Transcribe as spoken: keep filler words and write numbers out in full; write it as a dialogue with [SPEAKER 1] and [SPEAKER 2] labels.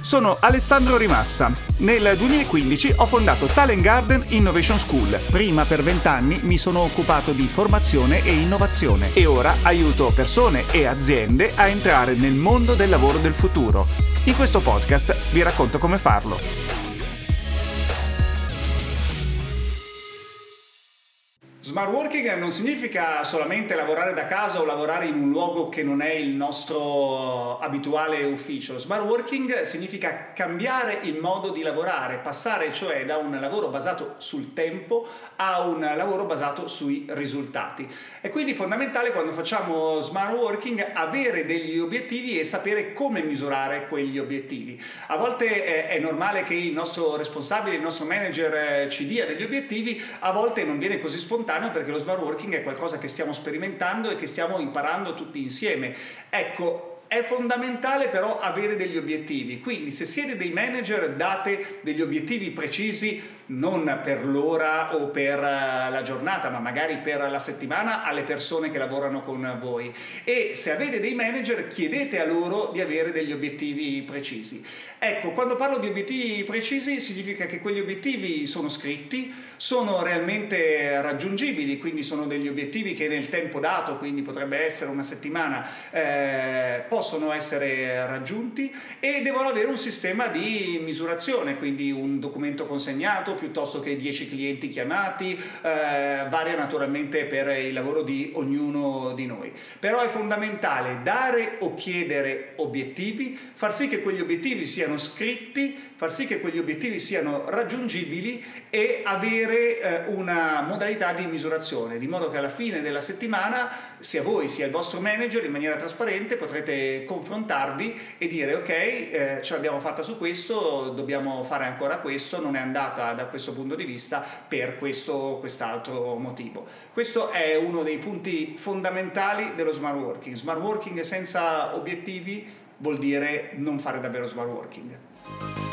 [SPEAKER 1] Sono Alessandro Rimassa. Nel duemilaquindici ho fondato Talent Garden Innovation School. Prima per vent'anni mi sono occupato di formazione e innovazione e ora aiuto persone e aziende a entrare nel mondo del lavoro del futuro. In questo podcast vi racconto come farlo. Smart working non significa solamente lavorare da casa o lavorare in un luogo che non è il nostro abituale ufficio. Smart working significa cambiare il modo di lavorare, passare cioè da un lavoro basato sul tempo a un lavoro basato sui risultati. È quindi fondamentale, quando facciamo smart working, avere degli obiettivi e sapere come misurare quegli obiettivi. A volte è normale che il nostro responsabile, il nostro manager ci dia degli obiettivi, a volte non viene così spontaneo, perché lo smart working è qualcosa che stiamo sperimentando e che stiamo imparando tutti insieme. Ecco, è fondamentale però avere degli obiettivi, quindi se siete dei manager date degli obiettivi precisi, non per l'ora o per la giornata, ma magari per la settimana alle persone che lavorano con voi. E se avete dei manager, chiedete a loro di avere degli obiettivi precisi. Ecco, quando parlo di obiettivi precisi significa che quegli obiettivi sono scritti, sono realmente raggiungibili, quindi sono degli obiettivi che nel tempo dato, quindi potrebbe essere una settimana, eh, possono essere raggiunti, e devono avere un sistema di misurazione, quindi un documento consegnato piuttosto che dieci clienti chiamati, eh, varia naturalmente per il lavoro di ognuno di noi. Però è fondamentale dare o chiedere obiettivi, far sì che quegli obiettivi siano scritti, far sì che quegli obiettivi siano raggiungibili e avere eh, una modalità di misurazione, di modo che alla fine della settimana sia voi sia il vostro manager in maniera trasparente potrete confrontarvi e dire ok, eh, ce l'abbiamo fatta su questo, dobbiamo fare ancora questo, non è andata da questo punto di vista per questo o quest'altro motivo. Questo è uno dei punti fondamentali dello smart working. Smart working senza obiettivi vuol dire non fare davvero smart working.